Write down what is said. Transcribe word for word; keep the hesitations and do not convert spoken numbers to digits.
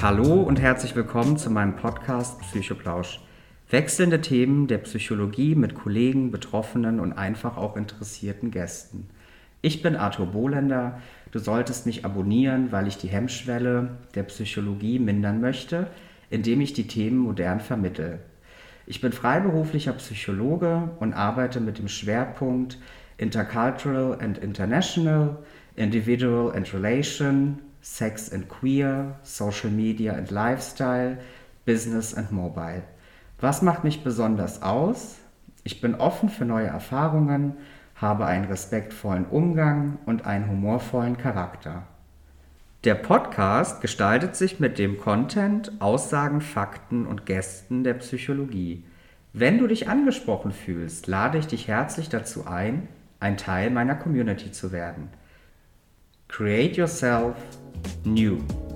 Hallo und herzlich willkommen zu meinem Podcast Psychoplausch. Wechselnde Themen der Psychologie mit Kollegen, Betroffenen und einfach auch interessierten Gästen. Ich bin Arthur Bohlender. Du solltest mich abonnieren, weil ich die Hemmschwelle der Psychologie mindern möchte, indem ich die Themen modern vermittle. Ich bin freiberuflicher Psychologe und arbeite mit dem Schwerpunkt Intercultural and International, Individual and Relation, Sex and Queer, Social Media and Lifestyle, Business and Mobile. Was macht mich besonders aus? Ich bin offen für neue Erfahrungen, habe einen respektvollen Umgang und einen humorvollen Charakter. Der Podcast gestaltet sich mit dem Content, Aussagen, Fakten und Gästen der Psychologie. Wenn du dich angesprochen fühlst, lade ich dich herzlich dazu ein, ein Teil meiner Community zu werden. Create yourself new.